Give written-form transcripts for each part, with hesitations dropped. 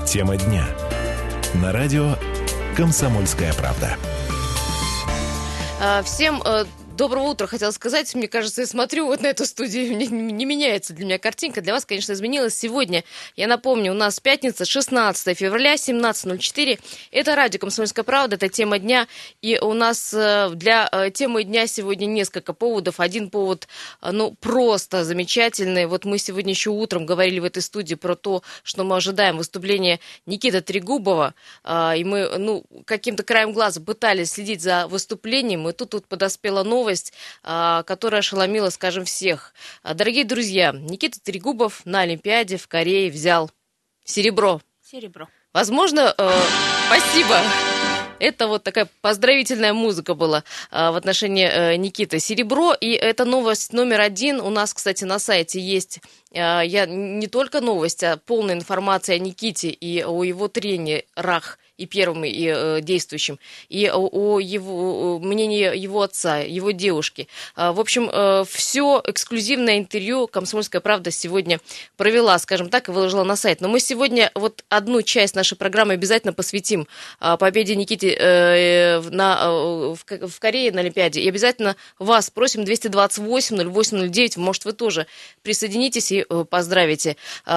Тема дня. На радио «Комсомольская правда». Всем доброго утра, хотела сказать. Мне кажется, я смотрю вот на эту студию, не меняется для меня картинка. Для вас, конечно, изменилась. Сегодня, я напомню, у нас пятница, 16 февраля, 17:04. Это радио «Комсомольская правда», это тема дня. И у нас для темы дня сегодня несколько поводов. Один повод, просто замечательный. Вот мы сегодня еще утром говорили в этой студии про то, что мы ожидаем выступления Никиты Трегубова. И мы, каким-то краем глаза пытались следить за выступлением. И тут подоспела новость, которая ошеломила, скажем, всех. Дорогие друзья, Никита Трегубов на Олимпиаде в Корее взял серебро. Возможно, спасибо. Это вот такая поздравительная музыка была в отношении Никиты. Серебро, и это новость номер один. У нас, кстати, на сайте есть не только новость, а полная информация о Никите и о его тренерах, и первым, и действующим, и о его мнении его отца, его девушки. В общем, все эксклюзивное интервью «Комсомольская правда» сегодня провела, скажем так, и выложила на сайт. Но мы сегодня вот одну часть нашей программы обязательно посвятим победе Никиты в Корее на Олимпиаде. И обязательно вас просим 228-08-09, может, вы тоже присоединитесь и поздравите.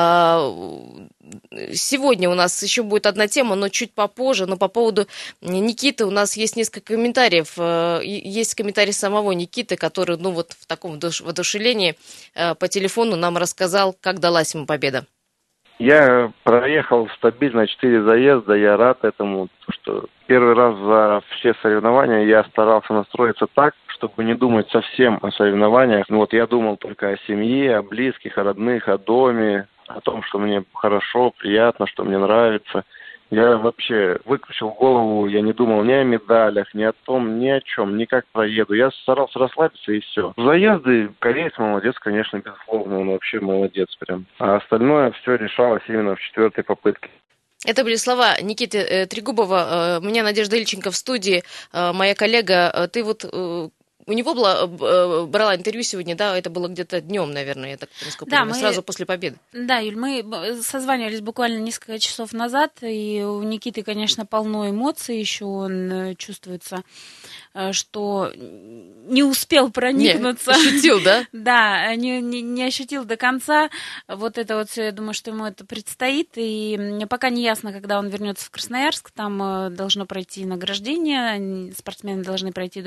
Сегодня у нас еще будет одна тема, но чуть попозже. Но по поводу Никиты у нас есть несколько комментариев. Есть комментарий самого Никиты, который, в таком воодушевлении по телефону нам рассказал, как далась ему победа. Я проехал стабильно 4 заезда, я рад этому, что первый раз за все соревнования я старался настроиться так, чтобы не думать совсем о соревнованиях. Я думал только о семье, о близких, о родных, о доме, о том, что мне хорошо, приятно, что мне нравится. Я вообще выключил голову, я не думал ни о медалях, ни о том, ни о чем, ни как проеду. Я старался расслабиться и все. Заезды, кореец молодец, конечно, безусловно, он вообще молодец прям. А остальное все решалось именно в 4-й попытке. Это были слова Никиты Трегубова. У меня Надежда Ильченко в студии, моя коллега. Ты у него брала интервью сегодня, да, это было где-то днем, наверное, я так насколько понимаю, сразу после победы. Да, Юль, мы созванивались буквально несколько часов назад, и у Никиты, конечно, полно эмоций, еще он чувствуется, что не успел проникнуться. Не ощутил, да? Да, не ощутил до конца. Вот это вот все, я думаю, что ему это предстоит, и пока не ясно, когда он вернется в Красноярск, там должно пройти награждение, спортсмены должны пройти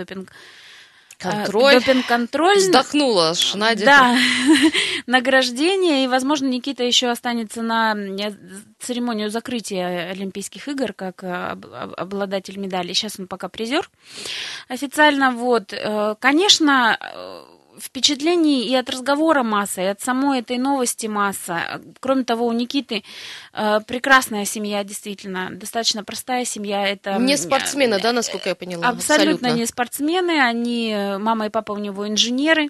допинг-контроль. Вздохнула аж Надя. Да, награждение, и, возможно, Никита еще останется на церемонию закрытия Олимпийских игр как обладатель медали. Сейчас он пока призер официально. Конечно, впечатлений и от разговора масса, и от самой этой новости масса. Кроме того, у Никиты прекрасная семья, действительно, достаточно простая семья. Это не спортсмены, да, насколько я поняла? Абсолютно не спортсмены, мама и папа у него инженеры.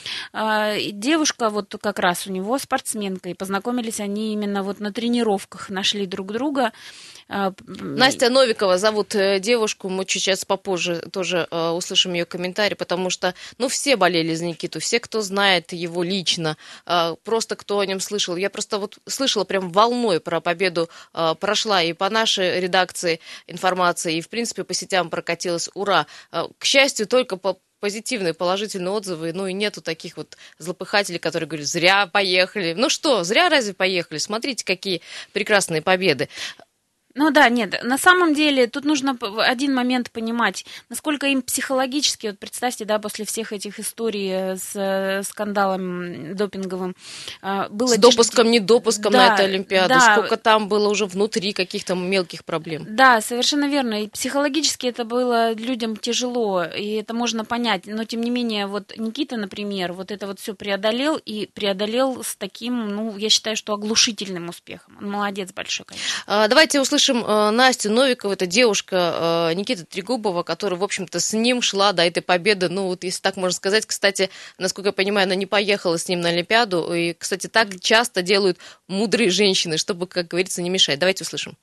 Девушка как раз у него спортсменка, и познакомились они именно на тренировках, нашли друг друга. Настя Новикова зовут девушку, мы чуть сейчас попозже тоже услышим ее комментарий, потому что, все болели за Никиту, все, кто знает его лично, просто кто о нем слышал. Я просто слышала прям волной про победу, прошла и по нашей редакции информация, и, в принципе, по сетям прокатилась, ура. К счастью, только по позитивные, положительные отзывы, и нету таких злопыхателей, которые говорят, зря поехали. Зря разве поехали? Смотрите, какие прекрасные победы. Нет, на самом деле тут нужно один момент понимать, насколько им психологически, представьте, после всех этих историй с скандалом допинговым было... С допуском, недопуском на эту Олимпиаду, сколько там было уже внутри каких-то мелких проблем. Да, совершенно верно, и психологически это было людям тяжело, и это можно понять, но тем не менее, Никита, например, это все преодолел, и преодолел с таким, я считаю, что оглушительным успехом. Он молодец большой, конечно. Давайте услышим Настю Новикову, это девушка Никиты Трегубова, которая, в общем-то, с ним шла до этой победы, если так можно сказать. Кстати, насколько я понимаю, она не поехала с ним на Олимпиаду, и, кстати, так часто делают мудрые женщины, чтобы, как говорится, не мешать. Давайте услышим.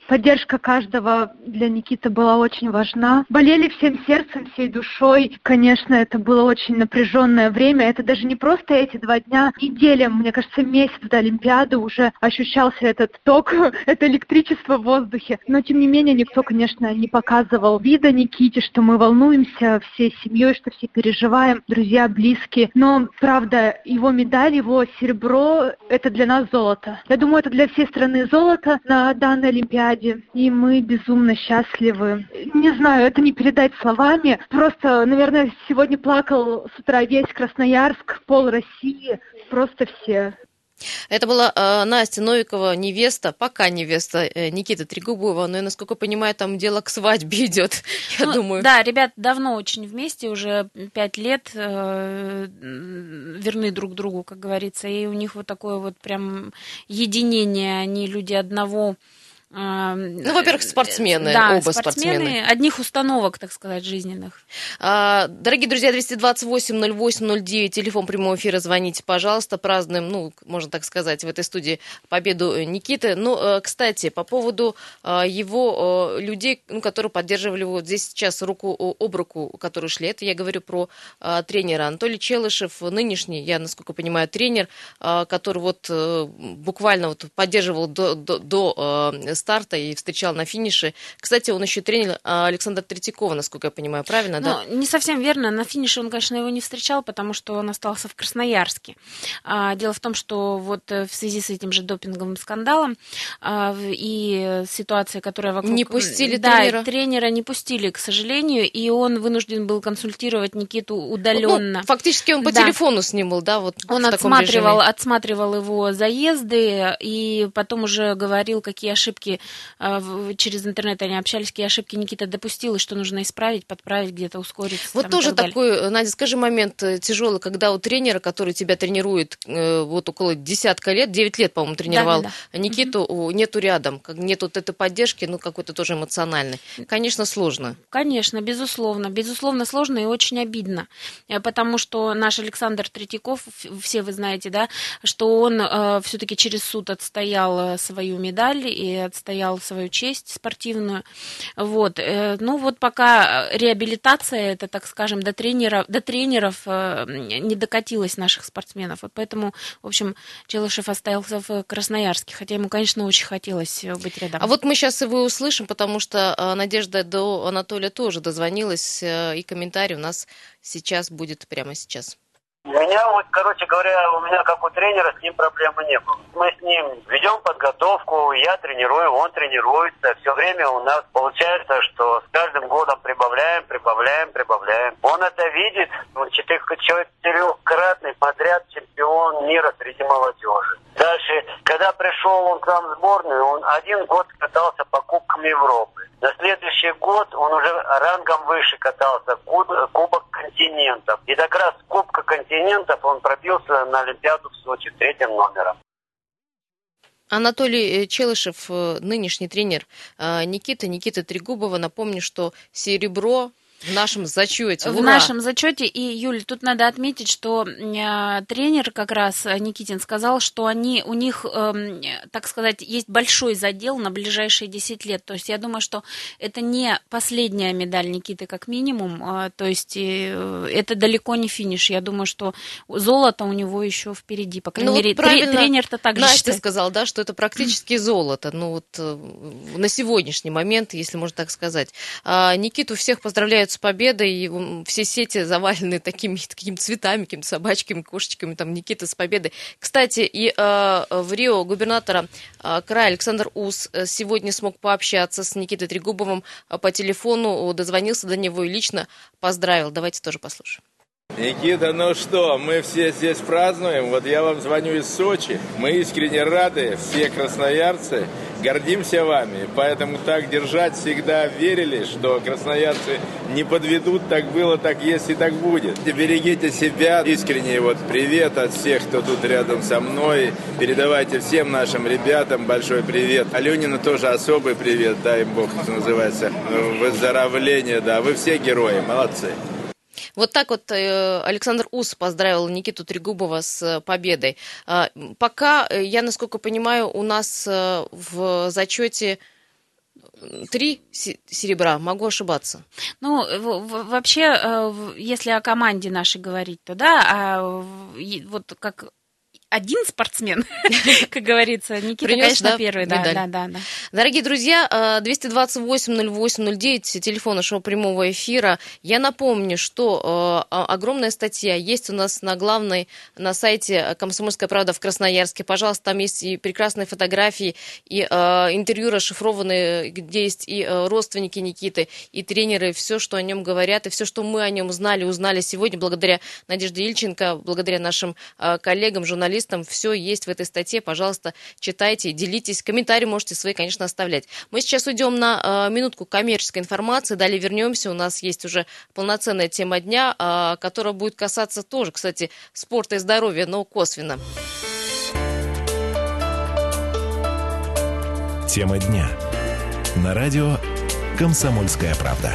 Поддержка каждого для Никиты была очень важна. Болели всем сердцем, всей душой. Конечно, это было очень напряженное время. Это даже не просто эти 2 дня, неделя, мне кажется, месяц до Олимпиады уже ощущался этот ток, это электричество в воздухе. Но, тем не менее, никто, конечно, не показывал вида Никите, что мы волнуемся всей семьей, что все переживаем, друзья, близкие. Но, правда, его медаль, его серебро – это для нас золото. Я думаю, это для всей страны золото на данной Олимпиаде. И мы безумно счастливы. Не знаю, это не передать словами. Просто, наверное, сегодня плакал с утра весь Красноярск, пол России, просто все. Это была Настя Новикова, пока невеста Никиты Трегубова, но, я, насколько понимаю, там дело к свадьбе идет, я думаю. Да, ребят давно очень вместе, уже 5 лет верны друг другу, как говорится, и у них вот такое вот прям единение, они люди одного. Во-первых, спортсмены, да, оба спортсмены. Одних установок, так сказать, жизненных. Дорогие друзья, 228-08-09, телефон прямого эфира, звоните, пожалуйста, празднуем, можно так сказать, в этой студии победу Никиты. Кстати, по поводу его людей, которые поддерживали его здесь сейчас руку об руку, которые шли, это я говорю про тренера Анатолий Челышев, нынешний, я насколько понимаю, тренер, который буквально поддерживал до старта и встречал на финише. Кстати, он еще тренер Александра Третьякова, насколько я понимаю, правильно, да? Не совсем верно. На финише он, конечно, его не встречал, потому что он остался в Красноярске. Дело в том, что в связи с этим же допинговым скандалом и ситуацией, которая вокруг... Не пустили тренера? Да, тренера не пустили, к сожалению, и он вынужден был консультировать Никиту удаленно. Фактически он по телефону с ним был, да? Он отсматривал его заезды и потом уже говорил, какие ошибки через интернет они общались, какие ошибки Никита допустил, и что нужно исправить, подправить, где-то ускориться. Тоже такой, Надя, скажи, момент тяжелый, когда у тренера, который тебя тренирует около 10 лет, 9 лет, по-моему, тренировал Никиту, нету рядом, нету этой поддержки, какой-то тоже эмоциональной. Конечно, сложно. Конечно, безусловно. Безусловно, сложно и очень обидно. Потому что наш Александр Третьяков, все вы знаете, да, что он все-таки через суд отстоял свою медаль и отстоял свою честь спортивную. Пока реабилитация, это, так скажем, до тренеров не докатилась наших спортсменов. Поэтому, в общем, Челышев остался в Красноярске, хотя ему, конечно, очень хотелось быть рядом. Мы сейчас его услышим, потому что Надежда до Анатолия тоже дозвонилась, и комментарий у нас сейчас будет прямо сейчас. У меня, у меня как у тренера с ним проблемы не было. Мы с ним ведем подготовку, я тренирую, он тренируется. Все время у нас получается, что с каждым годом прибавляем. Он это видит, человек 4-кратный подряд чемпион мира среди молодежи. Дальше, когда пришел он к нам в сборную, он 1 год катался по Кубкам Европы. На следующий год он уже рангом выше катался, Кубок континентов. И как раз с Кубка континентов он пробился на Олимпиаду в Сочи 3-м номером. Анатолий Челышев, нынешний тренер Никиты Трегубова. Напомню, что серебро в нашем зачете. В нашем зачете. И, Юль, тут надо отметить, что тренер как раз Никитин сказал, что у них, так сказать, есть большой задел на ближайшие 10 лет. То есть я думаю, что это не последняя медаль Никиты как минимум. То есть это далеко не финиш. Я думаю, что золото у него еще впереди. По крайней мере, тренер-то так же считает. Настя сказал, да, что это практически золото. На сегодняшний момент, если можно так сказать. Никиту всех поздравляют с победой, и все сети завалены такими цветами, какими-то собачками, кошечками, Никита с победой. Кстати, и в Рио губернатора края Александр Ус сегодня смог пообщаться с Никитой Трегубовым по телефону, дозвонился до него и лично поздравил. Давайте тоже послушаем. Никита, мы все здесь празднуем. Я вам звоню из Сочи. Мы искренне рады, все красноярцы, гордимся вами. Поэтому так держать, всегда верили, что красноярцы не подведут. Так было, так есть и так будет. Берегите себя. Искренне привет от всех, кто тут рядом со мной. Передавайте всем нашим ребятам большой привет. Аленину тоже особый привет. Дай им Бог, что называется, выздоровления. Да, вы все герои, молодцы. Так Александр Ус поздравил Никиту Трегубова с победой. Пока, я насколько понимаю, у нас в зачете 3 серебра, могу ошибаться. Ну, вообще, если о команде нашей говорить, то да, вот как один спортсмен, как говорится, Никита, принес, конечно, первый, медаль. Да. Дорогие друзья, 228-08-09, телефон нашего прямого эфира. Я напомню, что огромная статья есть у нас на сайте «Комсомольская правда» в Красноярске. Пожалуйста, там есть и прекрасные фотографии, и интервью расшифрованные, где есть и родственники Никиты, и тренеры, все, что о нем говорят, и все, что мы о нем узнали сегодня, благодаря Надежде Ильченко, благодаря нашим коллегам, журналистам. Все есть в этой статье. Пожалуйста, читайте, делитесь. Комментарии можете свои, конечно, оставлять. Мы сейчас уйдем на минутку коммерческой информации. Далее вернемся. У нас есть уже полноценная тема дня, которая будет касаться тоже, кстати, спорта и здоровья, но косвенно. Тема дня. На радио «Комсомольская правда».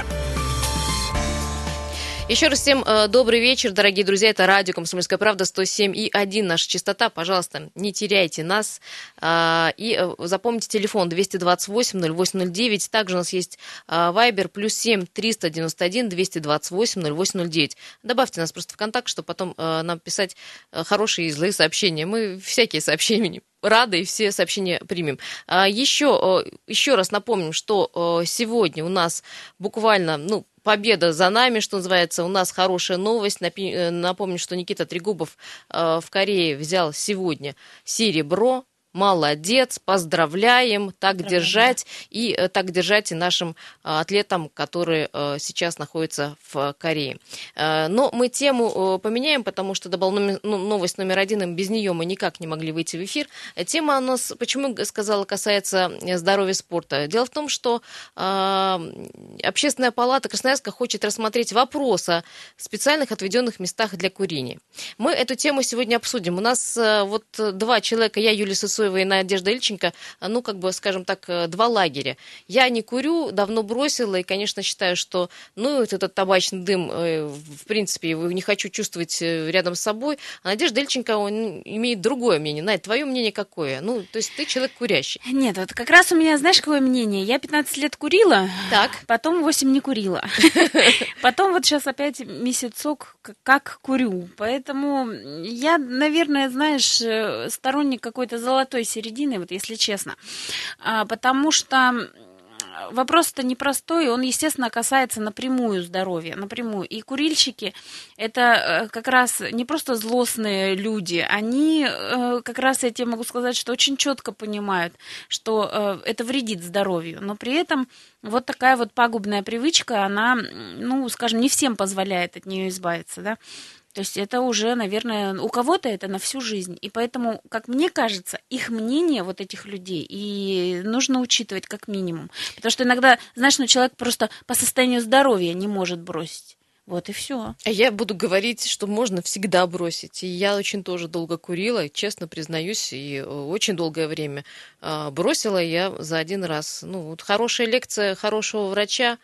Еще раз всем добрый вечер, дорогие друзья. Это радио «Комсомольская правда», 107,1 наша частота. Пожалуйста, не теряйте нас. И запомните телефон 228-08-09. Также у нас есть Viber +7 391 228 08-09. Добавьте нас просто в контакт, чтобы потом нам писать хорошие и злые сообщения. Мы всякие сообщения рады и все сообщения примем. Еще раз напомним, что сегодня у нас буквально, победа за нами, что называется. У нас хорошая новость. Напомню, что Никита Трегубов в Корее взял сегодня серебро. Молодец, поздравляем, так держать. И так держать и нашим атлетам, которые сейчас находятся в Корее. Но мы тему поменяем, потому что это была новость номер 1, и без нее мы никак не могли выйти в эфир. Тема у нас, почему сказала, касается здоровья спорта. Дело в том, что Общественная палата Красноярска хочет рассмотреть вопрос о специальных отведенных местах для курения. Мы эту тему сегодня обсудим. У нас два человека, я, Юлия Сысоева, и Надежда Ильченко, скажем так, два лагеря. Я не курю, давно бросила, и, конечно, считаю, что, этот табачный дым, в принципе, его не хочу чувствовать рядом с собой. А Надежда Ильченко, он имеет другое мнение. Надь, твое мнение какое? То есть ты человек курящий. Нет, вот как раз у меня, знаешь, какое мнение? Я 15 лет курила, потом 8 не курила. Потом вот сейчас опять месяцок как курю. Поэтому я, наверное, знаешь, сторонник какой-то золотой середины, вот если честно. Потому что вопрос-то непростой, он, естественно, касается напрямую здоровья, напрямую. И курильщики – это как раз не просто злостные люди, они как раз, я тебе могу сказать, что очень четко понимают, что это вредит здоровью, но при этом вот такая вот пагубная привычка, она, скажем, не всем позволяет от нее избавиться, да. То есть это уже, наверное, у кого-то это на всю жизнь. И поэтому, как мне кажется, их мнение вот этих людей и нужно учитывать как минимум. Потому что иногда, знаешь, человек просто по состоянию здоровья не может бросить. Вот и все. А я буду говорить, что можно всегда бросить. И я очень тоже долго курила, честно признаюсь, и очень долгое время бросила я за один раз. Хорошая лекция хорошего врача,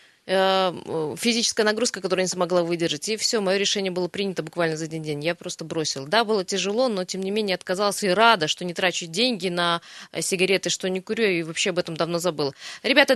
физическая нагрузка, которую я не смогла выдержать, и все, мое решение было принято буквально за один день. Я просто бросила. Да, было тяжело, но тем не менее отказалась и рада, что не трачу деньги на сигареты, что не курю, и вообще об этом давно забыла. Ребята,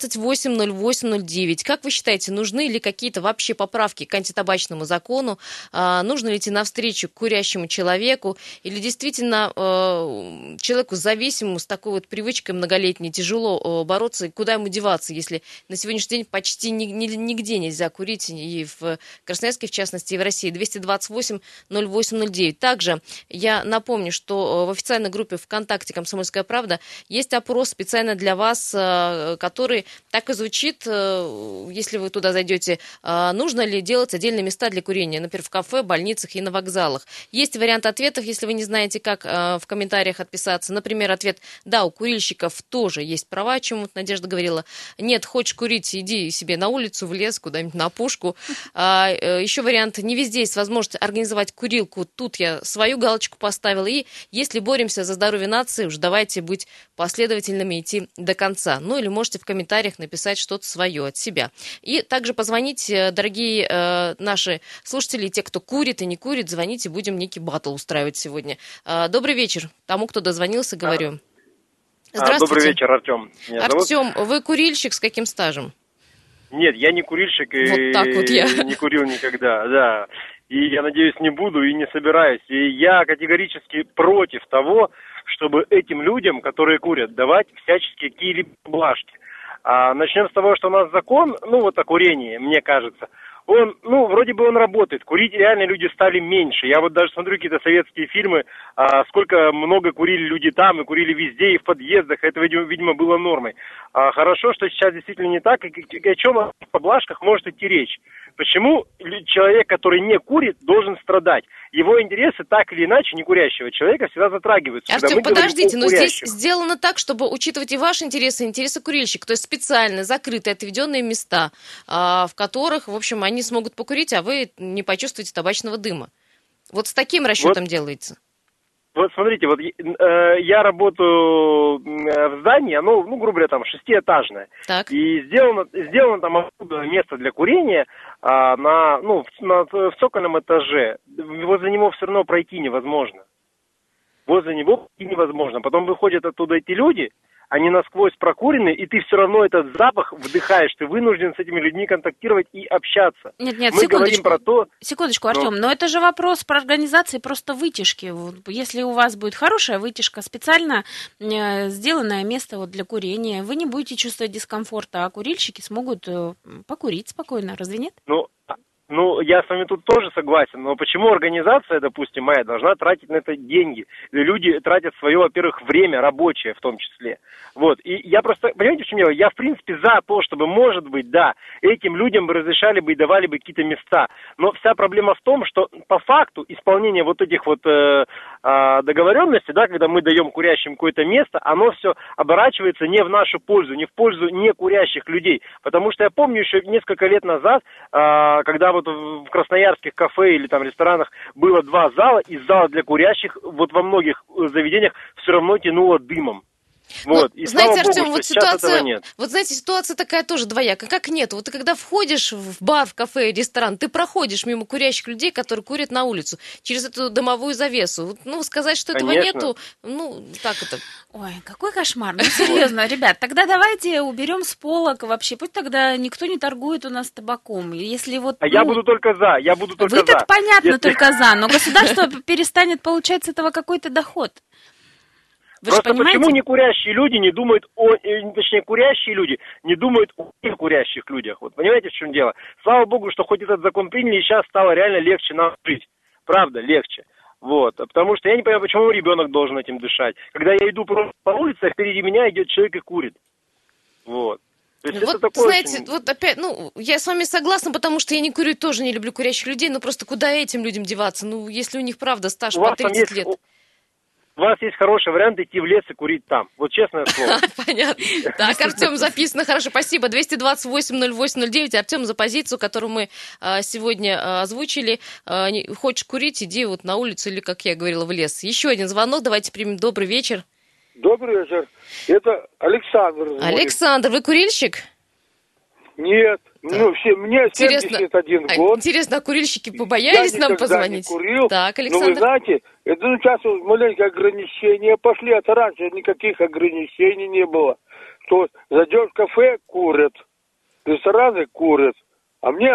228-08-09. Как вы считаете, нужны ли какие-то вообще поправки к антитабачному закону? Нужно ли идти навстречу курящему человеку? Или действительно человеку зависимому с такой вот привычкой многолетней тяжело бороться? И куда ему деваться, если на сегодняшний день почти нигде нельзя курить, и в Красноярске, в частности, и в России. 228-08-09. Также я напомню, что в официальной группе ВКонтакте «Комсомольская правда» есть опрос специально для вас, который так и звучит, если вы туда зайдете, нужно ли делать отдельные места для курения, например, в кафе, больницах и на вокзалах. Есть вариант ответов, если вы не знаете, как в комментариях отписаться. Например, ответ «да, у курильщиков тоже есть права», о чем вот Надежда говорила. «Нет, хочешь курить, иди себе на улицу, в лес, куда-нибудь на опушку». Еще вариант: не везде есть возможность организовать курилку. Тут я свою галочку поставила. И если боремся за здоровье нации, уж давайте быть последовательными, идти до конца. Или можете в комментариях написать что-то свое от себя. И также позвоните, дорогие наши слушатели, те, кто курит и не курит, звоните, будем некий баттл устраивать сегодня. Добрый вечер тому, кто дозвонился, говорю. Здравствуйте. Добрый вечер, Артем. Артем, вы курильщик с каким стажем? Нет, я не курильщик и вот так вот я. не курил никогда, да. И я надеюсь, не буду и не собираюсь. И я категорически против того, чтобы этим людям, которые курят, давать всяческие какие-либо блажки. Начнем с того, что у нас закон, вот о курении, мне кажется, он, вроде бы он работает. Курить реально люди стали меньше. Я вот даже смотрю какие-то советские фильмы, сколько много курили люди там, и курили везде, и в подъездах. Это, видимо, было нормой. Хорошо, что сейчас действительно не так. И о чем о поблажках может идти речь? Почему человек, который не курит, должен страдать? Его интересы так или иначе некурящего человека всегда затрагиваются. Артем, подождите, но здесь сделано так, чтобы учитывать и ваши интересы, и интересы курильщиков. То есть специально закрытые, отведенные места, в которых, в общем, они смогут покурить, а вы не почувствуете табачного дыма. Вот с таким расчетом делается. Вот смотрите, я работаю в здании, оно, грубо говоря, там шестиэтажное. Так. И сделано там место для курения в цокольном этаже. Возле него все равно пройти невозможно. Потом выходят оттуда эти люди, они насквозь прокурены, и ты все равно этот запах вдыхаешь, ты вынужден с этими людьми контактировать и общаться. Нет, Мы говорим про то... Секундочку, Артем, но это же вопрос про организации просто вытяжки. Если у вас будет хорошая вытяжка, специально сделанное место для курения, вы не будете чувствовать дискомфорта, а курильщики смогут покурить спокойно, разве нет? Я с вами тут тоже согласен, но почему организация, допустим, моя, должна тратить на это деньги? Люди тратят свое, во-первых, время рабочее в том числе. И я просто, понимаете, в чем дело? Я, в принципе, за то, чтобы, может быть, да, этим людям бы разрешали бы и давали бы какие-то места. Но вся проблема в том, что по факту исполнения вот этих договоренностей, да, когда мы даем курящим какое-то место, оно все оборачивается не в нашу пользу, не в пользу некурящих людей. Потому что я помню еще несколько лет назад, когда в красноярских кафе или там ресторанах было 2 зала, и зала для курящих во многих заведениях все равно тянуло дымом. Знаете, Артем, ситуация такая тоже двоякая. Как нет? Ты когда входишь в бар, в кафе, ресторан, ты проходишь мимо курящих людей, которые курят на улицу, через эту дымовую завесу. Сказать, что этого нету, как это? Ой, какой кошмар. Серьезно, ребят, тогда давайте уберем с полок вообще. Пусть тогда никто не торгует у нас табаком. Если я буду только за, Вы-то понятно, только за, но государство перестанет получать с этого какой-то доход. Просто почему некурящие люди не думают курящие люди не думают о некурящих людях? Понимаете, в чем дело? Слава богу, что хоть этот закон приняли, и сейчас стало реально легче нам жить. Правда, легче. Потому что я не понимаю, почему ребенок должен этим дышать. Когда я иду просто по улице, а впереди меня идет человек и курит. То есть это такое знаете, опять, я с вами согласна, потому что я не курю, тоже не люблю курящих людей, но просто куда этим людям деваться? Если у них, правда, стаж по 30 лет. У вас есть хороший вариант идти в лес и курить там. Честное слово. Понятно. Так, Артем, записано. Хорошо, спасибо. 228-08-09. Артем, за позицию, которую мы сегодня озвучили. Хочешь курить, иди на улицу или, как я говорила, в лес. Еще один звонок. Давайте примем. Добрый вечер. Добрый вечер. Это Александр. Александр, вы курильщик? Нет. Мне 71 год. Интересно, а курильщики побоялись нам позвонить? Я никогда не курил. Так, Александр. Но вы знаете, это сейчас маленькие ограничения пошли, а раньше никаких ограничений не было. Что зайдешь в кафе, курят, рестораны курят. У меня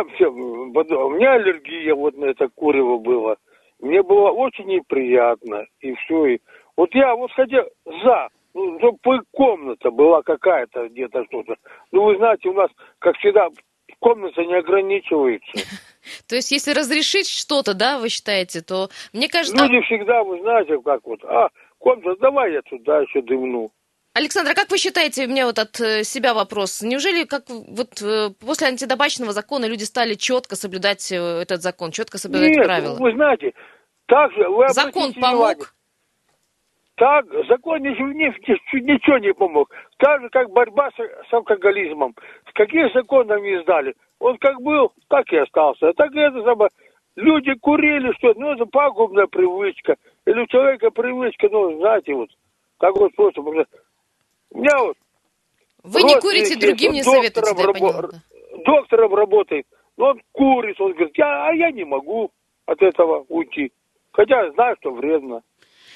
аллергия на это курево было. Мне было очень неприятно. И все. И я хотел за. Чтобы комната была какая-то где-то что-то. Вы знаете, у нас, как всегда, комната не ограничивается. То есть, если разрешить что-то, да, вы считаете, то, мне кажется... Люди всегда, вы знаете, как комната, давай я туда еще дымну. Александр, а как вы считаете, у меня от себя вопрос, неужели после антитабачного закона люди стали четко соблюдать этот закон, четко соблюдать правила? Вы знаете, так же... Закон помог? Так, закон ничего не помог. Так же, как борьба с алкоголизмом. Какие законы нам издали? Он как был, так и остался. Так это самое. Люди курили, что это пагубная привычка. Или у человека привычка, знаете, так просто. У меня Вы не курите, другим не советуете, я поняла. Доктором работает, но он курит. Он говорит, я не могу от этого уйти. Хотя знаю, что вредно.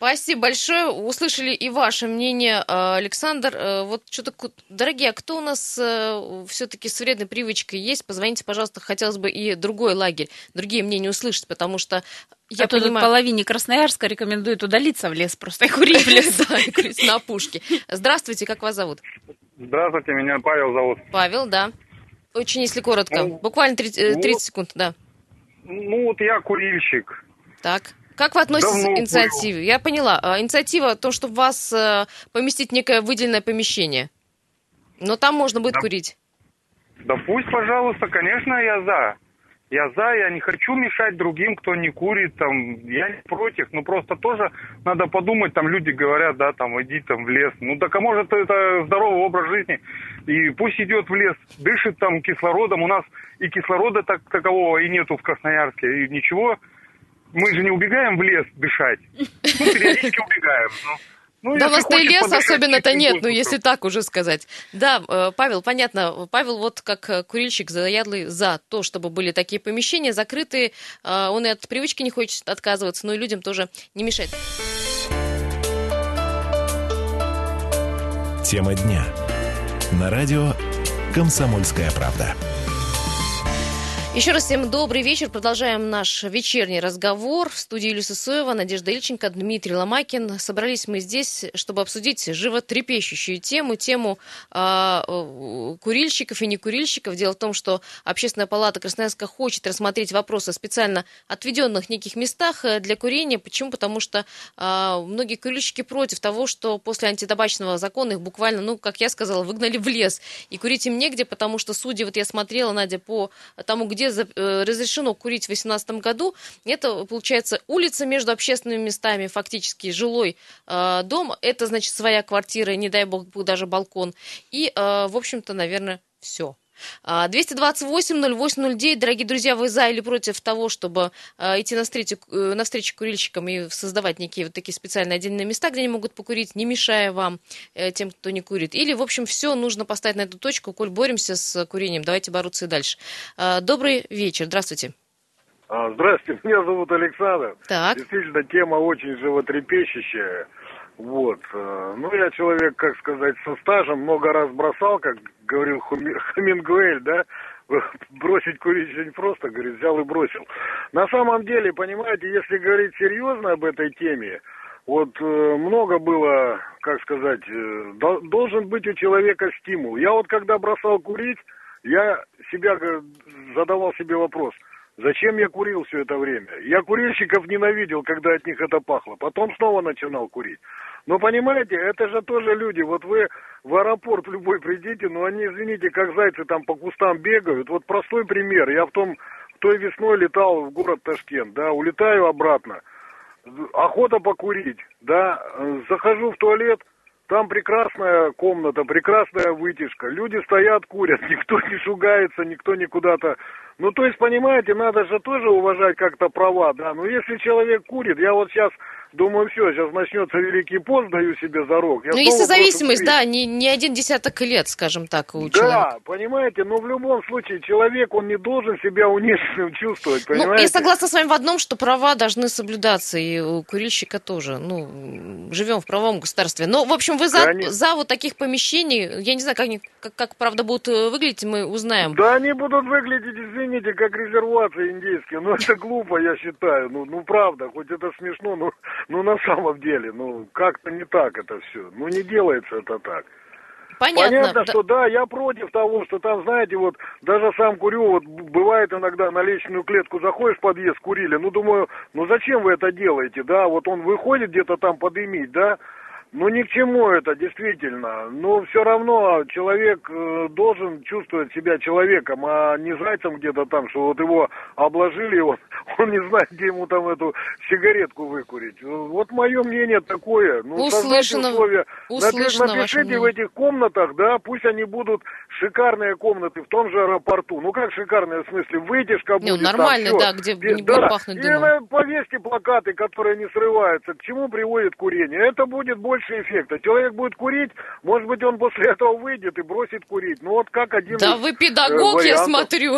Спасибо большое. Услышали и ваше мнение, Александр. Вот что-то, дорогие, а кто у нас все-таки с вредной привычкой есть? Позвоните, пожалуйста, хотелось бы и другой лагерь, другие мнения услышать, потому что я понимаю... половине Красноярска рекомендуют удалиться в лес просто и курить в лесу. Да, и курить на опушке. Здравствуйте, как вас зовут? Здравствуйте, меня Павел зовут. Павел, да. Очень, если коротко. Буквально 30 секунд, да. Ну, вот я курильщик. Так. Как вы относитесь к инициативе? Я поняла. Инициатива о том, чтобы вас поместить в некое выделенное помещение. Но там можно будет курить. Да пусть, пожалуйста, конечно, я за. Я не хочу мешать другим, кто не курит, там, я не против, но просто тоже надо подумать, там люди говорят, да, там, иди там в лес. Ну, так а может это здоровый образ жизни, и пусть идет в лес, дышит там кислородом, у нас и кислорода такового и нету в Красноярске, и ничего, мы же не убегаем в лес дышать, ну, периодически убегаем, Ну, да, у нас-то и леса особенно-то нет, ну, если так уже сказать. Да, Павел, понятно. Павел вот как курильщик заядлый за то, чтобы были такие помещения закрытые. Он и от привычки не хочет отказываться, но и людям тоже не мешает. Тема дня. На радио «Комсомольская правда». Еще раз всем добрый вечер. Продолжаем наш вечерний разговор. В студии Юлия Сысоева, Надежда Ильченко, Дмитрий Ломакин. Собрались мы здесь, чтобы обсудить животрепещущую тему курильщиков и некурильщиков. Дело в том, что Общественная палата Красноярска хочет рассмотреть вопросы о специально отведенных неких местах для курения. Почему? Потому что многие курильщики против того, что после антитабачного закона их буквально, ну, как я сказала, выгнали в лес. И курить им негде, потому что, судя, вот я смотрела, Надя, по тому, где разрешено курить в 2018 году. Это, получается, улица между общественными местами, фактически жилой дом. Это, значит, своя квартира, не дай бог, даже балкон. И, в общем-то, наверное, все. 228-08-09. Дорогие друзья, вы за или против того, чтобы идти навстречу курильщикам и создавать некие вот такие специальные отдельные места, где они могут покурить, не мешая вам, тем, кто не курит? Или, в общем, все нужно поставить на эту точку, коль боремся с курением, давайте бороться и дальше. Добрый вечер, здравствуйте. Здравствуйте, меня зовут Александр. Так. Действительно, тема очень животрепещущая. Вот. Ну, я человек, как сказать, со стажем, много раз бросал, как говорил Хемингуэй, да, бросить курить очень просто, говорит, взял и бросил. На самом деле, понимаете, если говорить серьезно об этой теме, вот много было, как сказать, должен быть у человека стимул. Я вот когда бросал курить, я задавал себе вопрос, зачем я курил все это время? Я курильщиков ненавидел, когда от них это пахло. Потом снова начинал курить. Но понимаете, это же тоже люди. Вот вы в аэропорт любой придите, но они, извините, как зайцы там по кустам бегают. Вот простой пример. Я той весной летал в город Ташкент, да, улетаю обратно. Охота покурить, да, захожу в туалет, там прекрасная комната, прекрасная вытяжка. Люди стоят, курят, никто не шугается, никто никуда-то... Ну, то есть, понимаете, надо же тоже уважать как-то права, да. Но если человек курит, я вот сейчас думаю, все, сейчас начнется Великий пост, даю себе зарок. Ну, если зависимость, да, не один десяток лет, скажем так, у человека. Да, понимаете, но в любом случае человек, он не должен себя униженным чувствовать, понимаете? Ну, я согласна с вами в одном, что права должны соблюдаться, и у курильщика тоже. Ну, живем в правовом государстве. Но, в общем, вы за вот таких помещений, я не знаю, как правда, будут выглядеть, мы узнаем. Да, они будут выглядеть, извините, как резервации индейские. Ну, это глупо, я считаю. Ну, правда, хоть это смешно, но на самом деле, ну, как-то не так это все. Ну, не делается это так. Понятно, что да, я против того, что там, знаете, вот, даже сам курю, вот, бывает иногда на лестничную клетку заходишь в подъезд, курили, ну, думаю, ну, зачем вы это делаете, да, вот он выходит где-то там подымить, да, ну, ни к чему это, действительно. Но все равно человек должен чувствовать себя человеком, а не зайцем где-то там, что вот его обложили, он не знает, где ему там эту сигаретку выкурить. Вот мое мнение такое. Ну, услышано. Напишите в этих комнатах, да, пусть они будут шикарные комнаты в том же аэропорту. Ну как шикарные, в смысле, вытяжка будет. Нормально, там, да, где не будет пахнуть дымом. И повесьте плакаты, которые не срываются. К чему приводит курение? Это будет больше эффекта. Человек будет курить, может быть, он после этого выйдет и бросит курить. Ну вот как один Да из, вы педагог, я смотрю.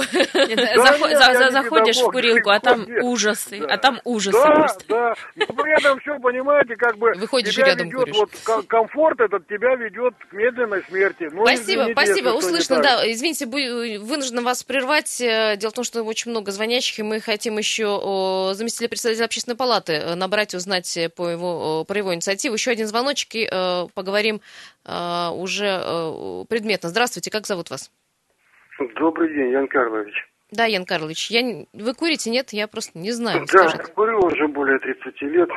Заходишь в курилку, а там ужасы. А там ужасы просто. Да, но при этом все, понимаете, как бы тебя ведет, вот комфорт этот тебя ведет к медленной смерти. Ну, Спасибо, услышно, да. Извините, вынуждена вас прервать. Дело в том, что очень много звонящих, и мы хотим еще заместителя председателя общественной палаты набрать и узнать про его инициативу. Еще один звоночек, и поговорим уже предметно. Здравствуйте, как зовут вас? Добрый день, Ян Карлович. Да, Ян Карлович, вы курите, нет? Я просто не знаю. Да, курю уже более 30 лет.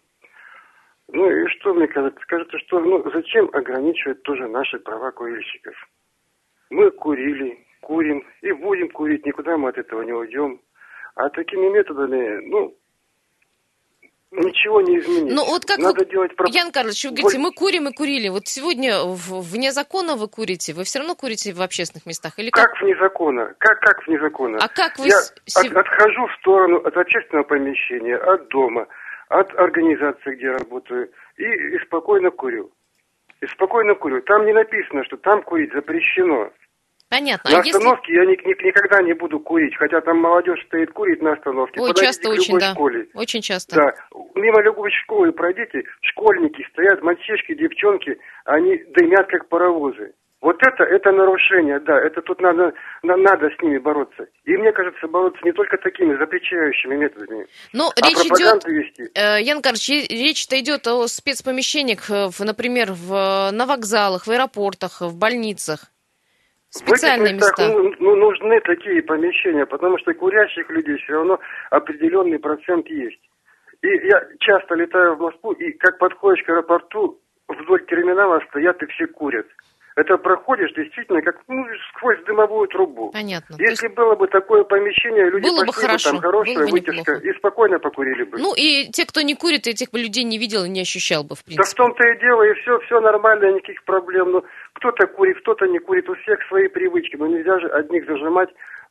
Ну и что мне кажется? Кажется, что зачем ограничивать тоже наши права курильщиков? Мы курили, курим и будем курить, никуда мы от этого не уйдем. А такими методами, ничего не изменить. Ну вот как надо делать... Ян Карлович, вы говорите, мы курим и курили. Вот сегодня вне закона вы курите? Вы все равно курите в общественных местах? Или как вне закона? Как вне закона? А как вы... Я отхожу в сторону от общественного помещения, от дома, от организации, где работаю, и спокойно курю. Там не написано, что там курить запрещено. Понятно. На остановке я никогда не буду курить, хотя там молодежь стоит курить на остановке. Ой, подойдите часто к очень, любой да. школе. Очень часто. Да. Мимо любой школы пройдите, школьники стоят, мальчишки, девчонки, они дымят как паровозы. Вот это нарушение, да, это тут надо с ними бороться. И мне кажется, бороться не только такими запрещающими методами, речь пропаганду вести. Ян Карлович, речь-то идет о спецпомещениях, например, на вокзалах, в аэропортах, в больницах. Специальные в этих местах места. Нужны такие помещения, потому что курящих людей все равно определенный процент есть. И я часто летаю в Москву, и как подходишь к аэропорту, вдоль терминала стоят и все курят. Это проходишь действительно как сквозь дымовую трубу. Понятно. Если было бы такое помещение, люди было бы пошли хорошо, бы, там хорошая вытяжка, неплохо. и спокойно покурили бы. И те, кто не курит, этих бы людей не видел и не ощущал бы, в принципе. Да в том-то и дело, и все нормально, никаких проблем. Кто-то курит, кто-то не курит, у всех свои привычки. Нельзя же одних зажимать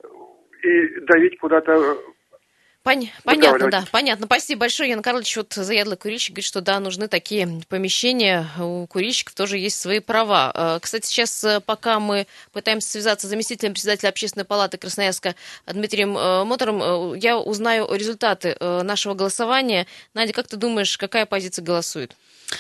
и давить куда-то. Понятно, да, понятно. Спасибо большое, Ян Карлович. Вот заядлый курильщик говорит, что да, нужны такие помещения. У курильщиков тоже есть свои права. Кстати, сейчас, пока мы пытаемся связаться с заместителем председателя общественной палаты Красноярска Дмитрием Мотором, я узнаю результаты нашего голосования. Надя, как ты думаешь, какая оппозиция голосует?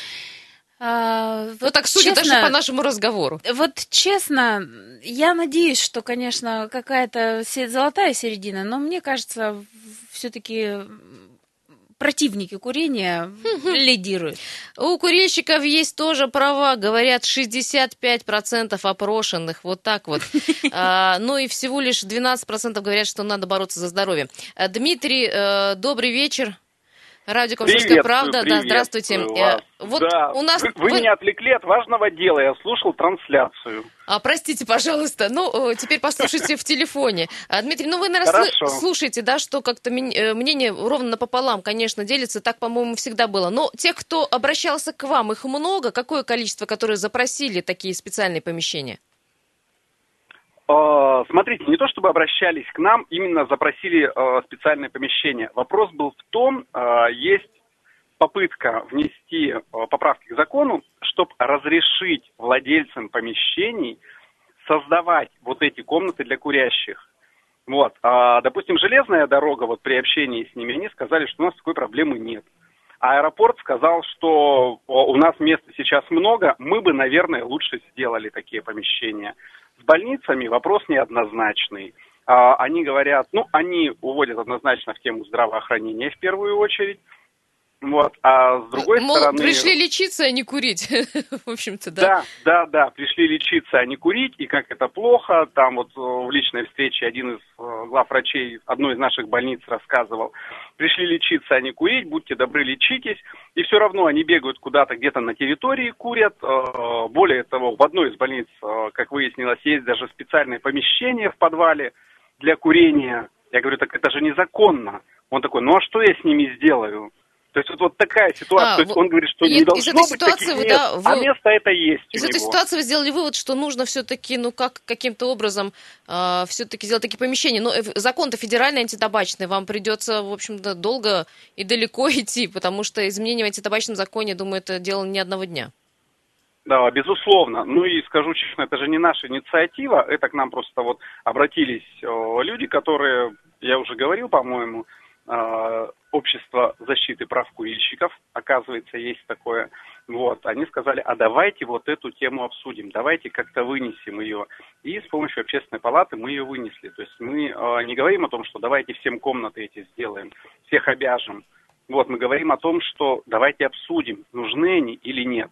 Так судя даже по нашему разговору. Вот честно, я надеюсь, что, конечно, какая-то золотая середина, но мне кажется, все-таки противники курения лидируют. У курильщиков есть тоже права, говорят, 65% опрошенных, вот так вот. И всего лишь 12% говорят, что надо бороться за здоровье. Дмитрий, добрый вечер. Радио «Комсомольская правда». Да, здравствуйте. У нас... Вы меня отвлекли от важного дела. Я слушал трансляцию. Простите, пожалуйста. Теперь послушайте в телефоне. Дмитрий, вы, наверное, слушаете, да, что как-то мнение ровно напополам, конечно, делится. Так, по-моему, всегда было. Но тех, кто обращался к вам, их много? Какое количество, которые запросили такие специальные помещения? Смотрите, не то чтобы обращались к нам, именно запросили специальное помещение. Вопрос был в том, есть попытка внести поправки к закону, чтобы разрешить владельцам помещений создавать вот эти комнаты для курящих. Допустим, железная дорога, при общении с ними, они сказали, что у нас такой проблемы нет. А аэропорт сказал, что у нас места сейчас много, мы бы, наверное, лучше сделали такие помещения. С больницами вопрос неоднозначный. Они говорят, они уводят однозначно в тему здравоохранения в первую очередь. А с другой стороны... пришли лечиться, а не курить, в общем-то, да? Да, пришли лечиться, а не курить, и как это плохо. Там в личной встрече один из главврачей одной из наших больниц рассказывал. Пришли лечиться, а не курить, будьте добры, лечитесь. И все равно они бегают куда-то где-то на территории, курят. Более того, в одной из больниц, как выяснилось, есть даже специальное помещение в подвале для курения. Я говорю, так это же незаконно. Он такой, а что я с ними сделаю? То есть вот такая ситуация. То есть он говорит, что не должно быть таких мест, а место это есть у него. Из этой ситуации вы сделали вывод, что нужно все-таки, каким-то образом все-таки сделать такие помещения. Но закон-то федеральный антитабачный, вам придется, в общем-то, долго и далеко идти, потому что изменение в антитабачном законе, думаю, это дело не одного дня. Да, безусловно. Ну и скажу честно, это же не наша инициатива, это к нам просто вот обратились люди, которые, я уже говорил, по-моему, Общество защиты прав курильщиков, оказывается, есть такое. Вот, они сказали, а давайте вот эту тему обсудим, давайте как-то вынесем ее. И с помощью общественной палаты мы ее вынесли. То есть мы не говорим о том, что давайте всем комнаты эти сделаем, всех обяжем. Вот, мы говорим о том, что давайте обсудим, нужны они или нет.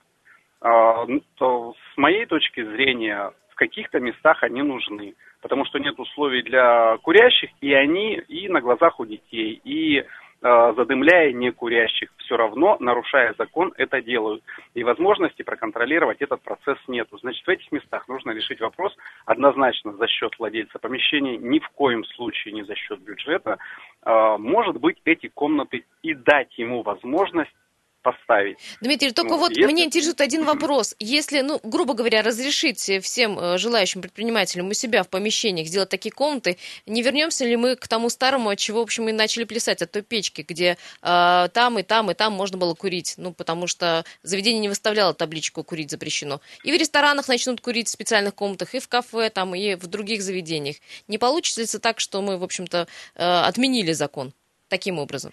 То с моей точки зрения, в каких-то местах они нужны, потому что нет условий для курящих, и они и на глазах у детей, и задымляя некурящих, все равно, нарушая закон, это делают. И возможности проконтролировать этот процесс нету. Значит, в этих местах нужно решить вопрос однозначно за счет владельца помещения, ни в коем случае не за счет бюджета. Может быть, эти комнаты и дать ему возможность поставить. Дмитрий, только меня интересует один вопрос. Если, грубо говоря, разрешить всем желающим предпринимателям у себя в помещениях сделать такие комнаты, не вернемся ли мы к тому старому, от чего, в общем, мы начали плясать, от той печки, где там и там можно было курить, потому что заведение не выставляло табличку «курить запрещено». И в ресторанах начнут курить в специальных комнатах, и в кафе, и в других заведениях. Не получится ли так, что мы, в общем-то, отменили закон таким образом?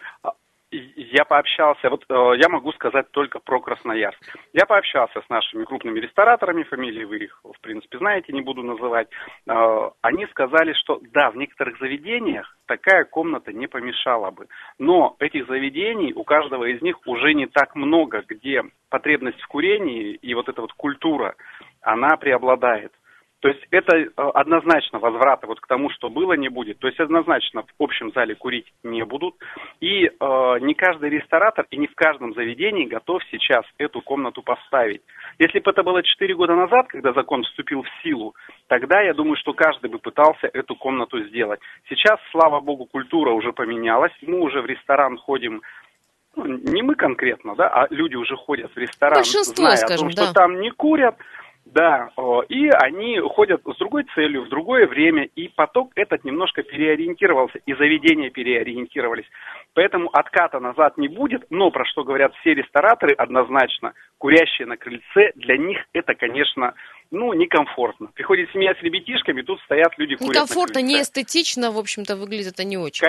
Я пообщался, я могу сказать только про Красноярск. Я пообщался с нашими крупными рестораторами, фамилии вы их, в принципе, знаете, не буду называть. Они сказали, что да, в некоторых заведениях такая комната не помешала бы. Но этих заведений, у каждого из них уже не так много, где потребность в курении и вот эта вот культура, она преобладает. То есть это однозначно возврата к тому, что было, не будет. То есть однозначно в общем зале курить не будут. И не каждый ресторатор и не в каждом заведении готов сейчас эту комнату поставить. Если бы это было 4 года назад, когда закон вступил в силу, тогда я думаю, что каждый бы пытался эту комнату сделать. Сейчас, слава богу, культура уже поменялась. Мы уже в ресторан ходим, не мы конкретно, да, а люди уже ходят в ресторан, зная о том, что там не курят. Да, и они ходят с другой целью, в другое время, и поток этот немножко переориентировался, и заведения переориентировались. Поэтому отката назад не будет, но про что говорят все рестораторы однозначно, курящие на крыльце, для них это, конечно, некомфортно. Приходит семья с ребятишками, тут стоят люди, курят на крыльце. Некомфортно, не эстетично, в общем-то, выглядит это не очень.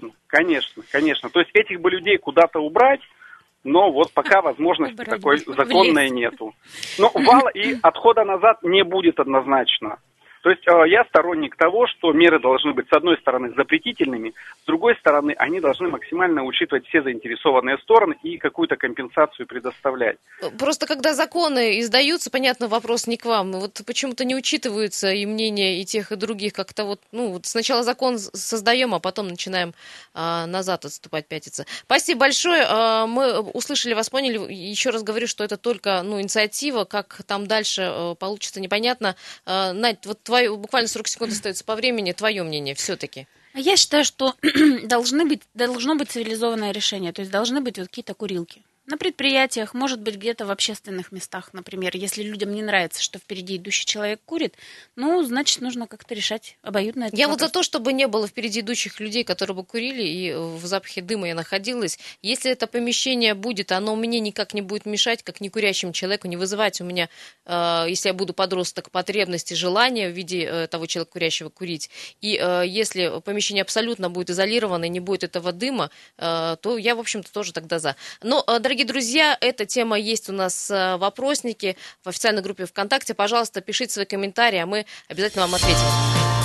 Конечно. То есть этих бы людей куда-то убрать, но вот пока возможности такой законной нету. Но вала и отхода назад не будет однозначно. То есть я сторонник того, что меры должны быть, с одной стороны, запретительными, с другой стороны, они должны максимально учитывать все заинтересованные стороны и какую-то компенсацию предоставлять. Просто когда законы издаются, понятно, вопрос не к вам, вот почему-то не учитываются и мнения и тех, и других, как-то сначала закон создаем, а потом начинаем назад отступать, пятиться. Спасибо большое, мы услышали вас, поняли, еще раз говорю, что это только инициатива, как там дальше получится, непонятно. Надь, буквально 40 секунд остается по времени, твое мнение все-таки. Я считаю, что должно быть цивилизованное решение, то есть должны быть какие-то курилки. На предприятиях, может быть, где-то в общественных местах, например. Если людям не нравится, что впереди идущий человек курит, значит, нужно как-то решать обоюдно этот вопрос. Я за то, чтобы не было впереди идущих людей, которые бы курили, и в запахе дыма я находилась. Если это помещение будет, оно мне никак не будет мешать, как некурящему человеку, не вызывать у меня, если я буду подросток, потребности, желания в виде того человека, курящего, курить. И если помещение абсолютно будет изолировано и не будет этого дыма, то я, в общем-то, тоже тогда за. Но, дорогие друзья, эта тема есть у нас в опроснике в официальной группе ВКонтакте. Пожалуйста, пишите свои комментарии, а мы обязательно вам ответим.